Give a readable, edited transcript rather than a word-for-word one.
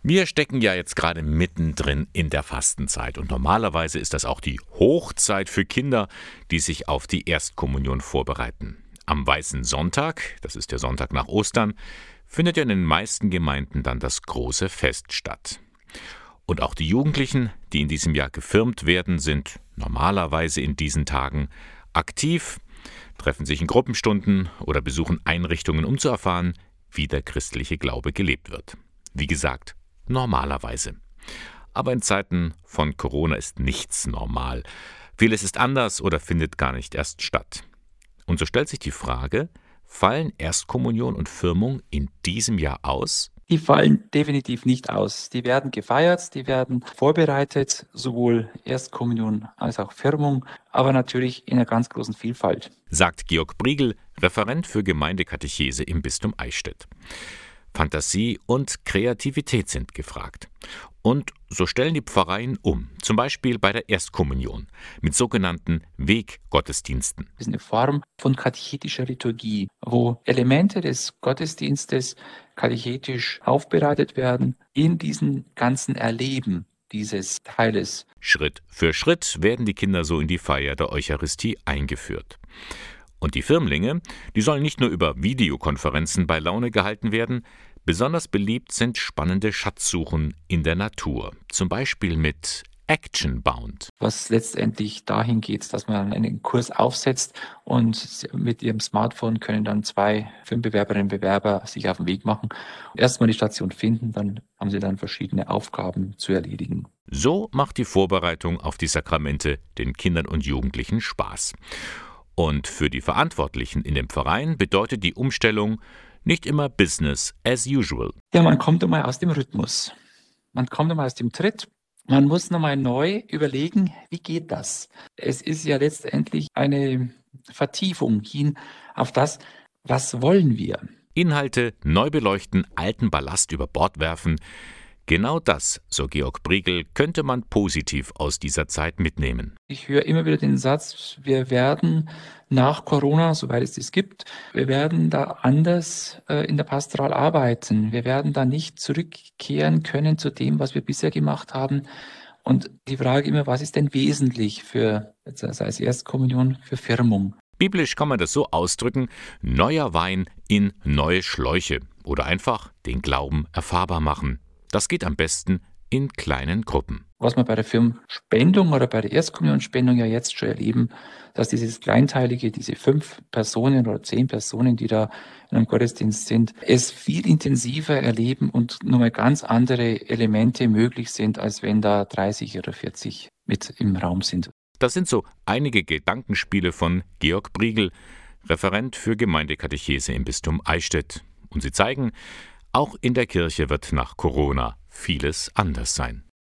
Wir stecken ja jetzt gerade mittendrin in der Fastenzeit und normalerweise ist das auch die Hochzeit für Kinder, die sich auf die Erstkommunion vorbereiten. Am Weißen Sonntag, das ist der Sonntag nach Ostern, findet ja in den meisten Gemeinden dann das große Fest statt. Und auch die Jugendlichen, die in diesem Jahr gefirmt werden, sind normalerweise in diesen Tagen aktiv, treffen sich in Gruppenstunden oder besuchen Einrichtungen, um zu erfahren, wie der christliche Glaube gelebt wird. Wie gesagt, normalerweise. Aber in Zeiten von Corona ist nichts normal. Vieles ist anders oder findet gar nicht erst statt. Und so stellt sich die Frage, fallen Erstkommunion und Firmung in diesem Jahr aus? Die fallen definitiv nicht aus. Die werden gefeiert, die werden vorbereitet, sowohl Erstkommunion als auch Firmung, aber natürlich in einer ganz großen Vielfalt. Sagt Georg Briegel, Referent für Gemeindekatechese im Bistum Eichstätt. Fantasie und Kreativität sind gefragt. Und so stellen die Pfarreien um, zum Beispiel bei der Erstkommunion, mit sogenannten Weggottesdiensten. Das ist eine Form von katechetischer Liturgie, wo Elemente des Gottesdienstes katechetisch aufbereitet werden in diesem ganzen Erleben dieses Teiles. Schritt für Schritt werden die Kinder so in die Feier der Eucharistie eingeführt. Und die Firmlinge, die sollen nicht nur über Videokonferenzen bei Laune gehalten werden, besonders beliebt sind spannende Schatzsuchen in der Natur, zum Beispiel mit Actionbound. Was letztendlich dahin geht, dass man einen Kurs aufsetzt und mit ihrem Smartphone können dann 2 Filmbewerberinnen und Bewerber sich auf den Weg machen. Erstmal die Station finden, dann haben sie dann verschiedene Aufgaben zu erledigen. So macht die Vorbereitung auf die Sakramente den Kindern und Jugendlichen Spaß. Und für die Verantwortlichen in den Pfarreien bedeutet die Umstellung nicht immer Business as usual. Ja, man kommt einmal aus dem Rhythmus. Man kommt einmal aus dem Tritt. Man muss nochmal neu überlegen, wie geht das? Es ist ja letztendlich eine Vertiefung hin auf das, was wollen wir? Inhalte neu beleuchten, alten Ballast über Bord werfen. Genau das, so Georg Briegel, könnte man positiv aus dieser Zeit mitnehmen. Ich höre immer wieder den Satz, wir werden nach Corona, soweit es das gibt, wir werden da anders in der Pastoral arbeiten. Wir werden da nicht zurückkehren können zu dem, was wir bisher gemacht haben. Und die Frage immer, was ist denn wesentlich für, sei es Erstkommunion, für Firmung? Biblisch kann man das so ausdrücken, neuer Wein in neue Schläuche oder einfach den Glauben erfahrbar machen. Das geht am besten in kleinen Gruppen. Was wir bei der Firmenspendung oder bei der Erstkommunionspendung ja jetzt schon erleben, dass dieses Kleinteilige, diese 5 Personen oder 10 Personen, die da in einem Gottesdienst sind, es viel intensiver erleben und nochmal ganz andere Elemente möglich sind, als wenn da 30 oder 40 mit im Raum sind. Das sind so einige Gedankenspiele von Georg Briegel, Referent für Gemeindekatechese im Bistum Eichstätt. Und sie zeigen, auch in der Kirche wird nach Corona vieles anders sein.